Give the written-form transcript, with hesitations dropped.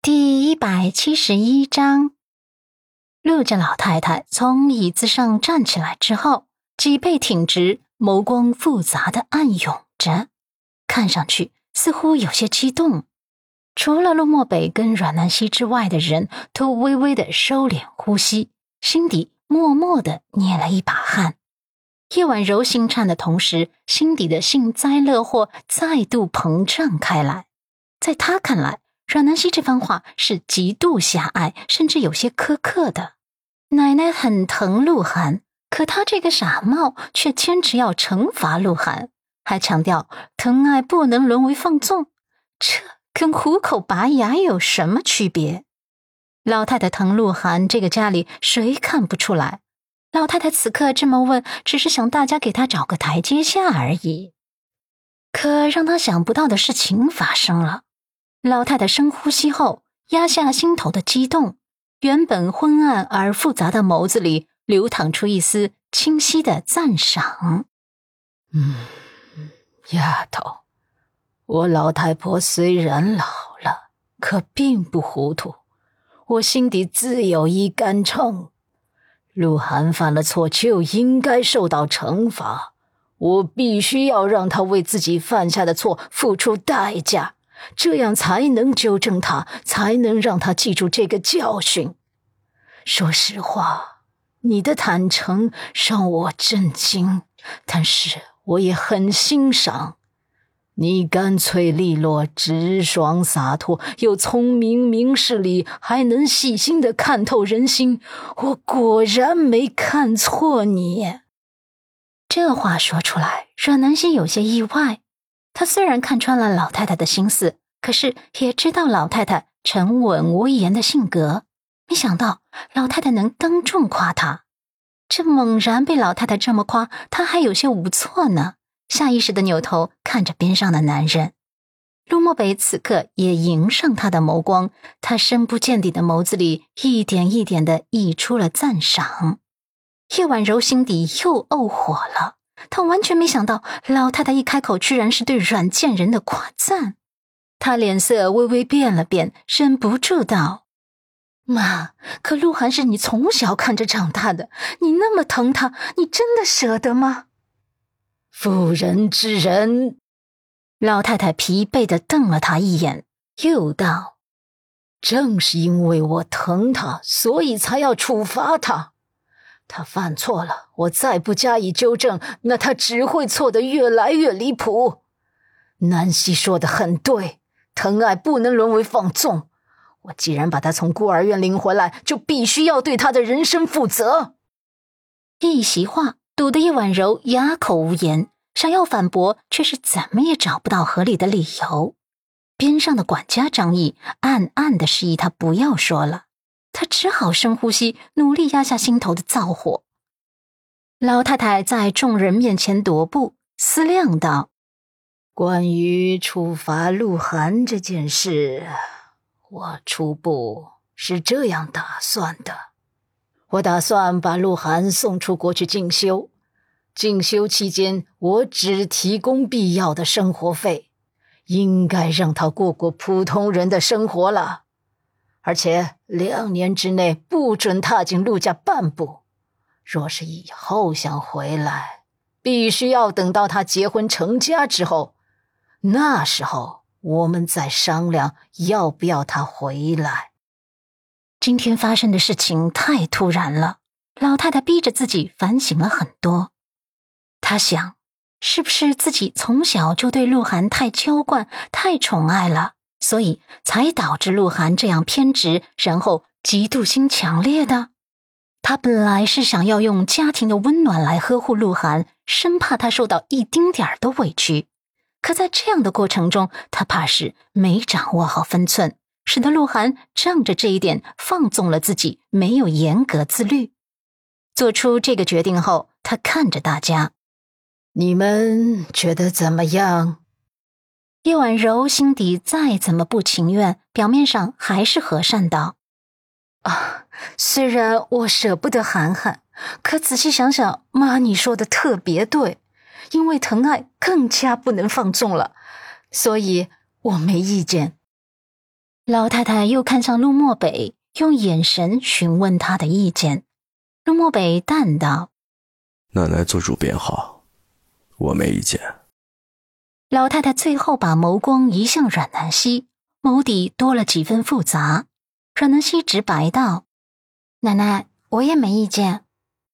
第171章。陆家老太太从椅子上站起来之后，脊背挺直，眸光复杂的暗涌着，看上去似乎有些激动。除了陆漠北跟阮南希之外的人都微微的收敛呼吸，心底默默的捏了一把汗。叶婉柔心颤的同时，心底的幸灾乐祸再度膨胀开来。在她看来，阮南希这番话是极度狭隘，甚至有些苛刻的。奶奶很疼鹿晗，可她这个傻帽却坚持要惩罚鹿晗，还强调疼爱不能沦为放纵，这跟虎口拔牙有什么区别？老太太疼鹿晗，这个家里谁看不出来？老太太此刻这么问，只是想大家给她找个台阶下而已。可让她想不到的事情发生了。老太太深呼吸后，压下心头的激动，原本昏暗而复杂的眸子里流淌出一丝清晰的赞赏。 丫头，我老太婆虽然老了，可并不糊涂，我心底自有一杆秤。鹿晗犯了错就应该受到惩罚，我必须要让他为自己犯下的错付出代价，这样才能纠正他，才能让他记住这个教训。说实话，你的坦诚让我震惊，但是我也很欣赏。你干脆利落，直爽洒脱，又聪明明事理，还能细心地看透人心，我果然没看错你。 这话说出来，阮南希有些意外。她虽然看穿了老太太的心思，可是也知道老太太沉稳无言的性格，没想到老太太能当众夸她。这猛然被老太太这么夸，她还有些无措呢，下意识地扭头看着边上的男人。陆漠北此刻也迎上他的眸光，他深不见底的眸子里一点一点地溢出了赞赏。叶婉柔心底又怄火了，她完全没想到老太太一开口居然是对阮建人的夸赞。她脸色微微变了变，忍不住道：妈，可鹿晗是你从小看着长大的，你那么疼他，你真的舍得吗？ 妇人之仁。 老太太疲惫地瞪了他一眼，又道： 正是因为我疼他，所以才要处罚他。他犯错了，我再不加以纠正，那他只会错得越来越离谱。南希说得很对，疼爱不能沦为放纵。我既然把他从孤儿院领回来，就必须要对他的人生负责。 一席话堵得叶婉柔哑口无言，想要反驳，却是怎么也找不到合理的理由。边上的管家张毅暗暗地示意他不要说了，他只好深呼吸，努力压下心头的躁火。老太太在众人面前踱步，思量道： 关于处罚鹿晗这件事，我初步是这样打算的。我打算把鹿晗送出国去进修，进修期间我只提供必要的生活费，应该让他过过普通人的生活了。而且2年之内不准踏进陆家半步，若是以后想回来，必须要等到他结婚成家之后，那时候我们再商量要不要他回来。 今天发生的事情太突然了，老太太逼着自己反省了很多。她想，是不是自己从小就对鹿晗太娇惯、太宠爱了，所以才导致鹿晗这样偏执，然后嫉妒心强烈的？她本来是想要用家庭的温暖来呵护鹿晗，生怕他受到一丁点儿的委屈。可在这样的过程中，她怕是没掌握好分寸，使得鹿晗仗着这一点放纵了自己，没有严格自律。做出这个决定后，她看着大家： 你们觉得怎么样？ 叶婉柔心底再怎么不情愿，表面上还是和善道：虽然我舍不得涵涵，可仔细想想，妈你说的特别对，因为疼爱更加不能放纵了，所以我没意见。 老太太又看向陆漠北，用眼神询问他的意见。陆漠北淡道： 奶奶做主便好，我没意见。 老太太最后把眸光移向阮南希，眸底多了几分复杂。阮南希直白道：奶奶，我也没意见。